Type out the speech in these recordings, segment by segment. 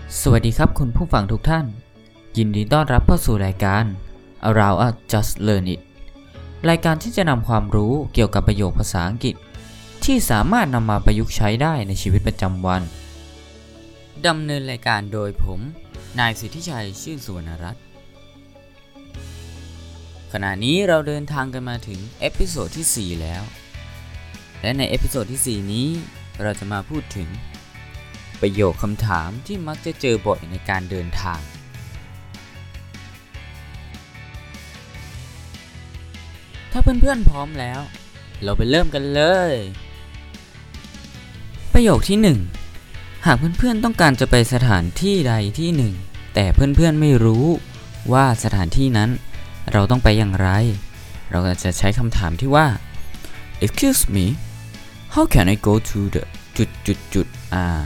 สวัสดีครับคุณผู้ฟังทุกท่านยินดีต้อนรับเข้าสู่รายการ Around Us Just Learn It รายการที่จะนำความรู้เกี่ยวกับประโยคภาษาอังกฤษที่สามารถนำมาประยุกต์ใช้ได้ในชีวิตประจำวันดำเนินรายการโดยผมนายสิทธิชัยชื่นสุวรรณรัตน์ขณะนี้เราเดินทางกันมาถึงเอพิโซดที่ 4 แล้วและในเอพิโซดที่ 4 นี้เราจะมาพูดถึงประโยคคำถามที่มักจะเจอบ่อยในการเดินทางถ้าเพื่อนๆพร้อมแล้วเราไปเริ่มกันเลยประโยคที่ 1หากเพื่อนๆต้องการจะไปสถานที่ใดที่หนึ่งแต่เพื่อนๆไม่รู้ว่าสถานที่นั้นเราต้องไปอย่างไรเราก็จะใช้คำถามที่ว่า Excuse me how can I go to the จุด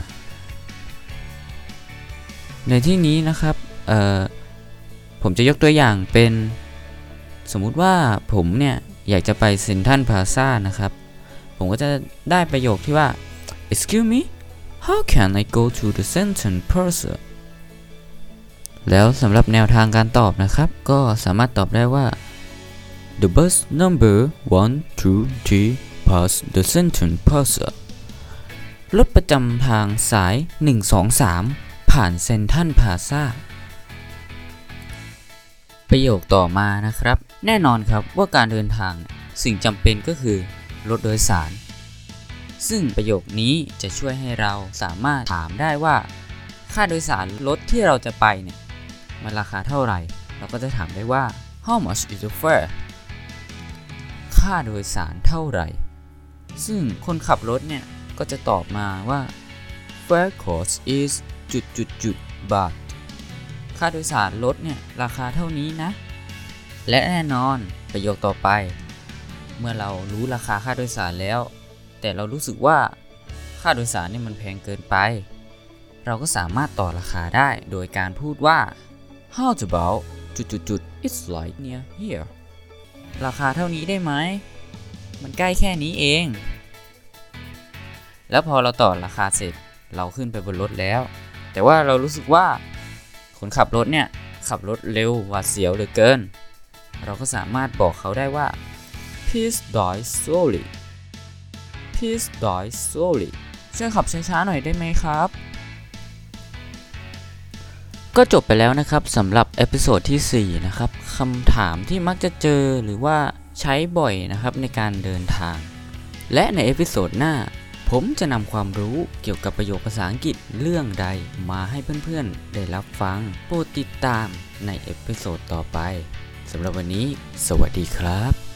ในที่นี้นะครับผมจะยกตัวอย่างเป็นสมมุติว่าผมเนี่ยอยากจะไปเซ็นทรัลพลาซ่านะครับผมก็จะได้ประโยคที่ว่า Excuse me how can I go to the Central Plaza แล้วสำหรับแนวทางการตอบนะครับก็สามารถตอบได้ว่า The bus number 123 pass the Central Plaza รถประจำทางสาย 123 ผ่านเซ็นทรัลพลาซ่าประโยคต่อมานะครับแน่นอนครับว่าการเดินทางสิ่งจำเป็นก็คือรถโดยสารซึ่งประโยคนี้จะช่วยให้เราสามารถถามได้ว่าค่าโดยสารรถที่เราจะไปเนี่ยมันราคาเท่าไหร่เราก็จะถามได้ว่า How much is the fare ค่าโดยสารเท่าไหร่ซึ่งคนขับรถเนี่ยก็จะตอบมาว่า Fare cost is บาทค่าโดยสารรถเนี่ยราคาเท่านี้นะและแน่นอนประโยคต่อไปเมื่อเรารู้ราคาค่าโดยสารแล้วแต่เรารู้สึกว่าค่าโดยสารเนี่ยมันแพงเกินไปเราก็สามารถต่อราคาได้โดยการพูดว่า How about it's like near here ราคาเท่านี้ได้ไหมมันใกล้แค่นี้เองแล้วพอเราต่อราคาเสร็จเราขึ้นไปบนรถแล้วแต่ว่าเรารู้สึกว่าคนขับรถเนี่ยขับรถเร็วหวาดเสียวเหลือเกินเราก็สามารถบอกเขาได้ว่า Please drive slowly Please drive slowly ช่วยขับช้าๆหน่อยได้ไหมครับก็จบไปแล้วนะครับสำหรับเอพิโซดที่ 4 นะครับคำถามที่มักจะเจอหรือว่าใช้บ่อยนะครับในการเดินทางและในเอพิโซดหน้าผมจะนำความรู้เกี่ยวกับประโยคภาษาอังกฤษเรื่องใดมาให้เพื่อนๆได้รับฟังโปรดติดตามในเอพิโซดต่อไปสำหรับวันนี้สวัสดีครับ